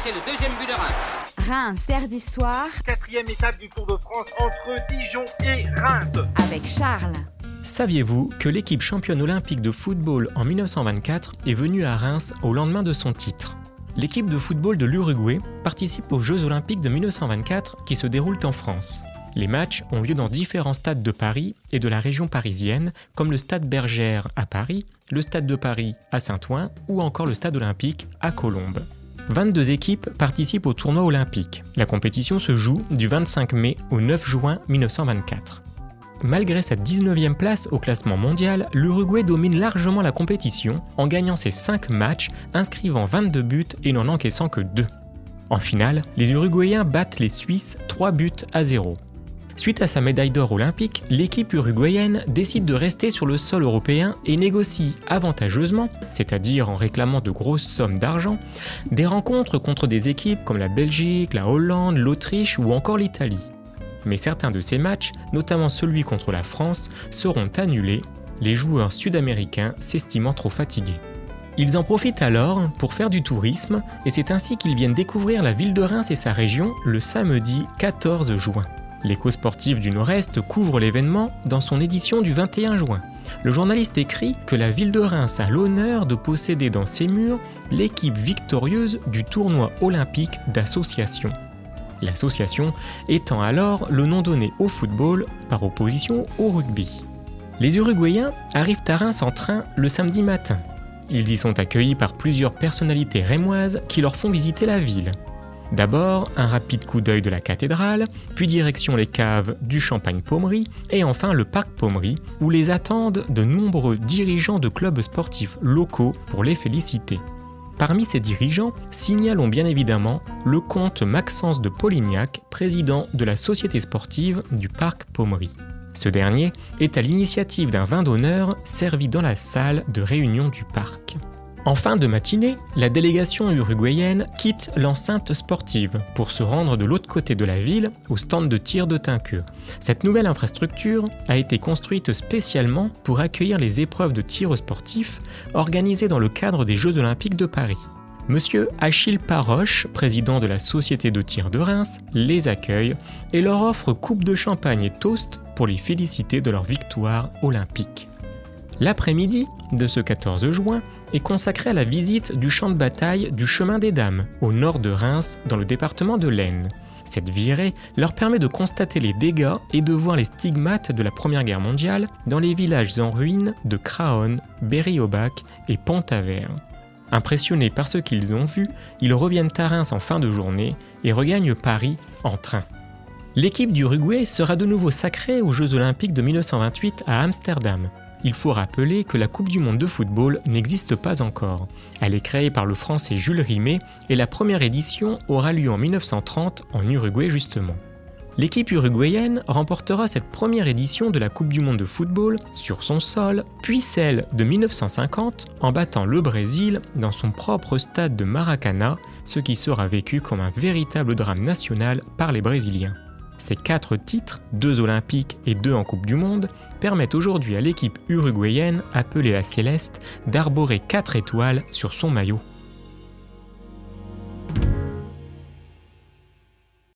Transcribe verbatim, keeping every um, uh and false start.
c'est le deuxième but de Reims. Reims, terre d'histoire. Quatrième étape du Tour de France entre Dijon et Reims. Avec Charles. Saviez-vous que l'équipe championne olympique de football en dix-neuf cent vingt-quatre est venue à Reims au lendemain de son titre ? L'équipe de football de l'Uruguay participe aux Jeux olympiques de dix-neuf cent vingt-quatre qui se déroulent en France. Les matchs ont lieu dans différents stades de Paris et de la région parisienne, comme le stade Bergère à Paris, le stade de Paris à Saint-Ouen ou encore le stade olympique à Colombes. vingt-deux équipes participent au tournoi olympique. La compétition se joue du vingt-cinq mai au neuf juin dix-neuf cent vingt-quatre. Malgré sa dix-neuvième place au classement mondial, l'Uruguay domine largement la compétition en gagnant ses cinq matchs, inscrivant vingt-deux buts et n'en encaissant que deux. En finale, les Uruguayens battent les Suisses trois buts à zéro. Suite à sa médaille d'or olympique, l'équipe uruguayenne décide de rester sur le sol européen et négocie avantageusement, c'est-à-dire en réclamant de grosses sommes d'argent, des rencontres contre des équipes comme la Belgique, la Hollande, l'Autriche ou encore l'Italie. Mais certains de ces matchs, notamment celui contre la France, seront annulés, les joueurs sud-américains s'estimant trop fatigués. Ils en profitent alors pour faire du tourisme et c'est ainsi qu'ils viennent découvrir la ville de Reims et sa région le samedi quatorze juin. L'écho sportif du Nord-Est couvre l'événement dans son édition du vingt et un juin. Le journaliste écrit que la ville de Reims a l'honneur de posséder dans ses murs l'équipe victorieuse du tournoi olympique d'association. L'association étant alors le nom donné au football par opposition au rugby. Les Uruguayens arrivent à Reims en train le samedi matin. Ils y sont accueillis par plusieurs personnalités rémoises qui leur font visiter la ville. D'abord, un rapide coup d'œil de la cathédrale, puis direction les caves du Champagne-Pommery et enfin le parc Pommery où les attendent de nombreux dirigeants de clubs sportifs locaux pour les féliciter. Parmi ces dirigeants, signalons bien évidemment le comte Maxence de Polignac, président de la société sportive du parc Pommery. Ce dernier est à l'initiative d'un vin d'honneur servi dans la salle de réunion du parc. En fin de matinée, la délégation uruguayenne quitte l'enceinte sportive pour se rendre de l'autre côté de la ville, au stand de tir de Tinqueux. Cette nouvelle infrastructure a été construite spécialement pour accueillir les épreuves de tir sportif organisées dans le cadre des Jeux olympiques de Paris. Monsieur Achille Paroche, président de la Société de tir de Reims, les accueille et leur offre coupe de champagne et toast pour les féliciter de leur victoire olympique. L'après-midi de ce quatorze juin est consacré à la visite du champ de bataille du Chemin des Dames, au nord de Reims, dans le département de l'Aisne. Cette virée leur permet de constater les dégâts et de voir les stigmates de la Première Guerre mondiale dans les villages en ruine de Craonne, Berry-au-Bac et Pont-Aver. Impressionnés par ce qu'ils ont vu, ils reviennent à Reims en fin de journée et regagnent Paris en train. L'équipe d'Uruguay sera de nouveau sacrée aux Jeux olympiques de dix-neuf cent vingt-huit à Amsterdam. Il faut rappeler que la Coupe du monde de football n'existe pas encore. Elle est créée par le Français Jules Rimet et la première édition aura lieu en dix-neuf cent trente en Uruguay justement. L'équipe uruguayenne remportera cette première édition de la Coupe du monde de football sur son sol, puis celle de dix-neuf cent cinquante en battant le Brésil dans son propre stade de Maracanã, ce qui sera vécu comme un véritable drame national par les Brésiliens. Ces quatre titres, deux olympiques et deux en Coupe du Monde, permettent aujourd'hui à l'équipe uruguayenne, appelée la Céleste, d'arborer quatre étoiles sur son maillot.